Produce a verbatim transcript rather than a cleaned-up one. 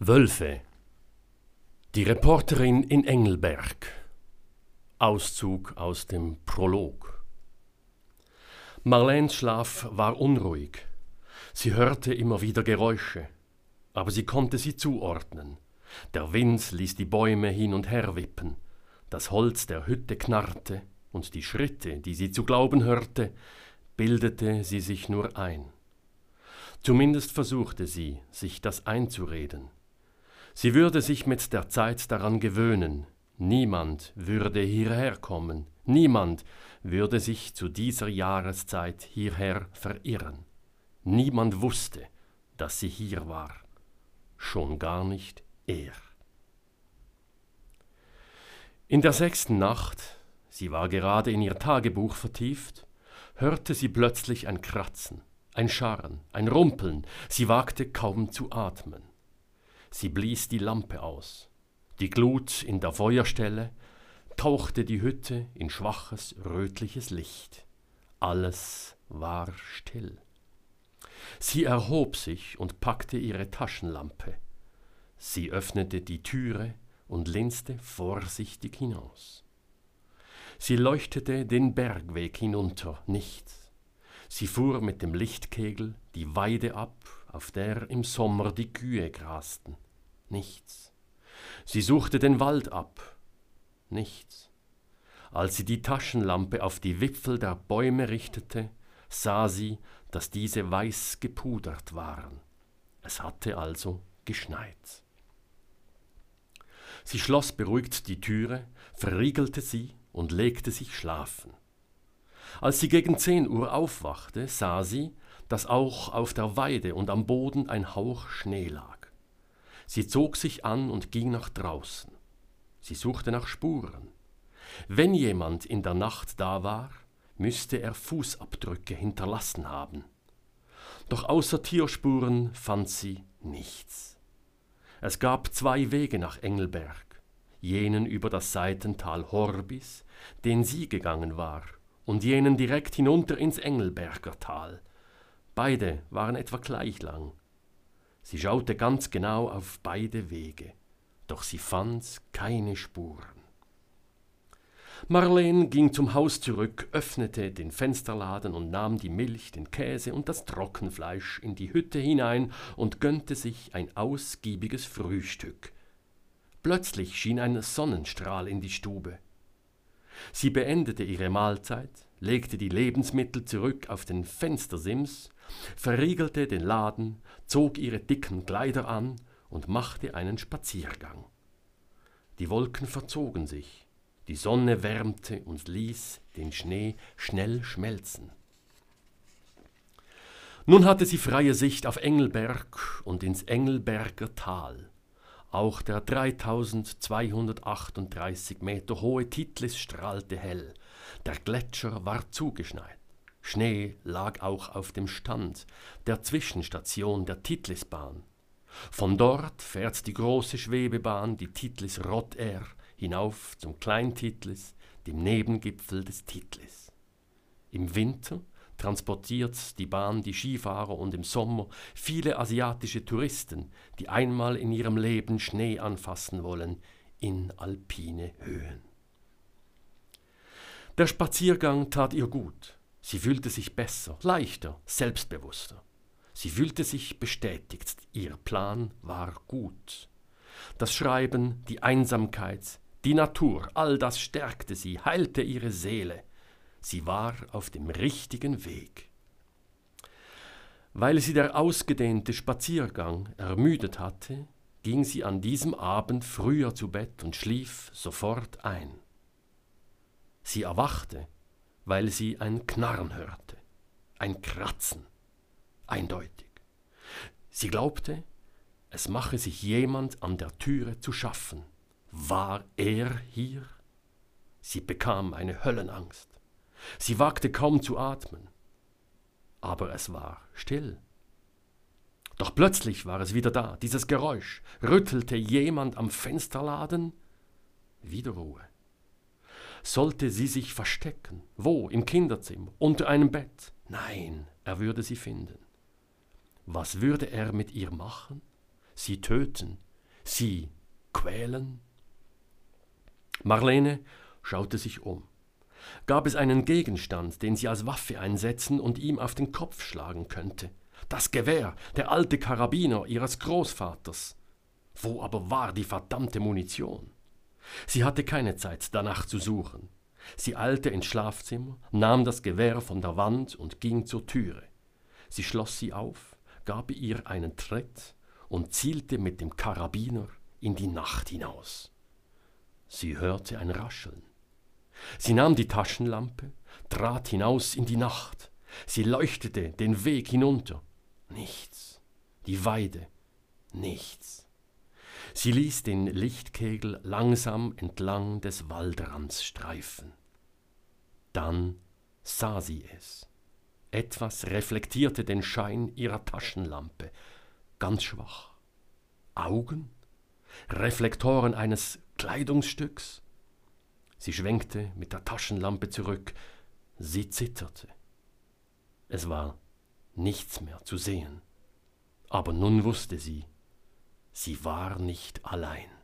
Wölfe. Die Reporterin in Engelberg. Auszug aus dem Prolog. Marlens Schlaf war unruhig. Sie hörte immer wieder Geräusche, aber sie konnte sie zuordnen. Der Wind ließ die Bäume hin und her wippen, das Holz der Hütte knarrte, und die Schritte, die sie zu glauben hörte, bildete sie sich nur ein. Zumindest versuchte sie, sich das einzureden. Sie würde sich mit der Zeit daran gewöhnen. Niemand würde hierher kommen. Niemand würde sich zu dieser Jahreszeit hierher verirren. Niemand wusste, dass sie hier war. Schon gar nicht er. In der sechsten Nacht, sie war gerade in ihr Tagebuch vertieft, hörte sie plötzlich ein Kratzen, ein Scharren, ein Rumpeln. Sie wagte kaum zu atmen. Sie blies die Lampe aus. Die Glut in der Feuerstelle tauchte die Hütte in schwaches, rötliches Licht. Alles war still. Sie erhob sich und packte ihre Taschenlampe. Sie öffnete die Türe und linste vorsichtig hinaus. Sie leuchtete den Bergweg hinunter, nichts. Sie fuhr mit dem Lichtkegel die Weide ab, auf der im Sommer die Kühe grasten. Nichts. Sie suchte den Wald ab. Nichts. Als sie die Taschenlampe auf die Wipfel der Bäume richtete, sah sie, dass diese weiß gepudert waren. Es hatte also geschneit. Sie schloss beruhigt die Türe, verriegelte sie und legte sich schlafen. Als sie gegen zehn Uhr aufwachte, sah sie, dass auch auf der Weide und am Boden ein Hauch Schnee lag. Sie zog sich an und ging nach draußen. Sie suchte nach Spuren. Wenn jemand in der Nacht da war, müsste er Fußabdrücke hinterlassen haben. Doch außer Tierspuren fand sie nichts. Es gab zwei Wege nach Engelberg, jenen über das Seitental Horbis, den sie gegangen war, und jenen direkt hinunter ins Engelberger Tal. Beide waren etwa gleich lang. Sie schaute ganz genau auf beide Wege, doch sie fand keine Spuren. Marlen ging zum Haus zurück, öffnete den Fensterladen und nahm die Milch, den Käse und das Trockenfleisch in die Hütte hinein und gönnte sich ein ausgiebiges Frühstück. Plötzlich schien ein Sonnenstrahl in die Stube. Sie beendete ihre Mahlzeit, legte die Lebensmittel zurück auf den Fenstersims, verriegelte den Laden, zog ihre dicken Kleider an und machte einen Spaziergang. Die Wolken verzogen sich, die Sonne wärmte und ließ den Schnee schnell schmelzen. Nun hatte sie freie Sicht auf Engelberg und ins Engelberger Tal. Auch der dreitausendzweihundertachtunddreißig Meter hohe Titlis strahlte hell. Der Gletscher war zugeschneit. Schnee lag auch auf dem Stand der Zwischenstation der Titlisbahn. Von dort fährt die große Schwebebahn, die Titlis Rot Air, hinauf zum Klein-Titlis, dem Nebengipfel des Titlis. Im Winter transportiert die Bahn die Skifahrer und im Sommer viele asiatische Touristen, die einmal in ihrem Leben Schnee anfassen wollen, in alpine Höhen. Der Spaziergang tat ihr gut. Sie fühlte sich besser, leichter, selbstbewusster. Sie fühlte sich bestätigt, ihr Plan war gut. Das Schreiben, die Einsamkeit, die Natur, all das stärkte sie, heilte ihre Seele. Sie war auf dem richtigen Weg. Weil sie der ausgedehnte Spaziergang ermüdet hatte, ging sie an diesem Abend früher zu Bett und schlief sofort ein. Sie erwachte, weil sie ein Knarren hörte, ein Kratzen, eindeutig. Sie glaubte, es mache sich jemand an der Türe zu schaffen. War er hier? Sie bekam eine Höllenangst. Sie wagte kaum zu atmen. Aber es war still. Doch plötzlich war es wieder da, dieses Geräusch. Rüttelte jemand am Fensterladen? Wieder Ruhe. Sollte sie sich verstecken? Wo? Im Kinderzimmer? Unter einem Bett? Nein, er würde sie finden. Was würde er mit ihr machen? Sie töten? Sie quälen? Marlene schaute sich um. Gab es einen Gegenstand, den sie als Waffe einsetzen und ihm auf den Kopf schlagen könnte? Das Gewehr, der alte Karabiner ihres Großvaters. Wo aber war die verdammte Munition? Sie hatte keine Zeit, danach zu suchen. Sie eilte ins Schlafzimmer, nahm das Gewehr von der Wand und ging zur Türe. Sie schloss sie auf, gab ihr einen Tritt und zielte mit dem Karabiner in die Nacht hinaus. Sie hörte ein Rascheln. Sie nahm die Taschenlampe, trat hinaus in die Nacht. Sie leuchtete den Weg hinunter. Nichts. Die Weide. Nichts. Sie ließ den Lichtkegel langsam entlang des Waldrands streifen. Dann sah sie es. Etwas reflektierte den Schein ihrer Taschenlampe, ganz schwach. Augen? Reflektoren eines Kleidungsstücks? Sie schwenkte mit der Taschenlampe zurück. Sie zitterte. Es war nichts mehr zu sehen. Aber nun wusste sie, sie war nicht allein.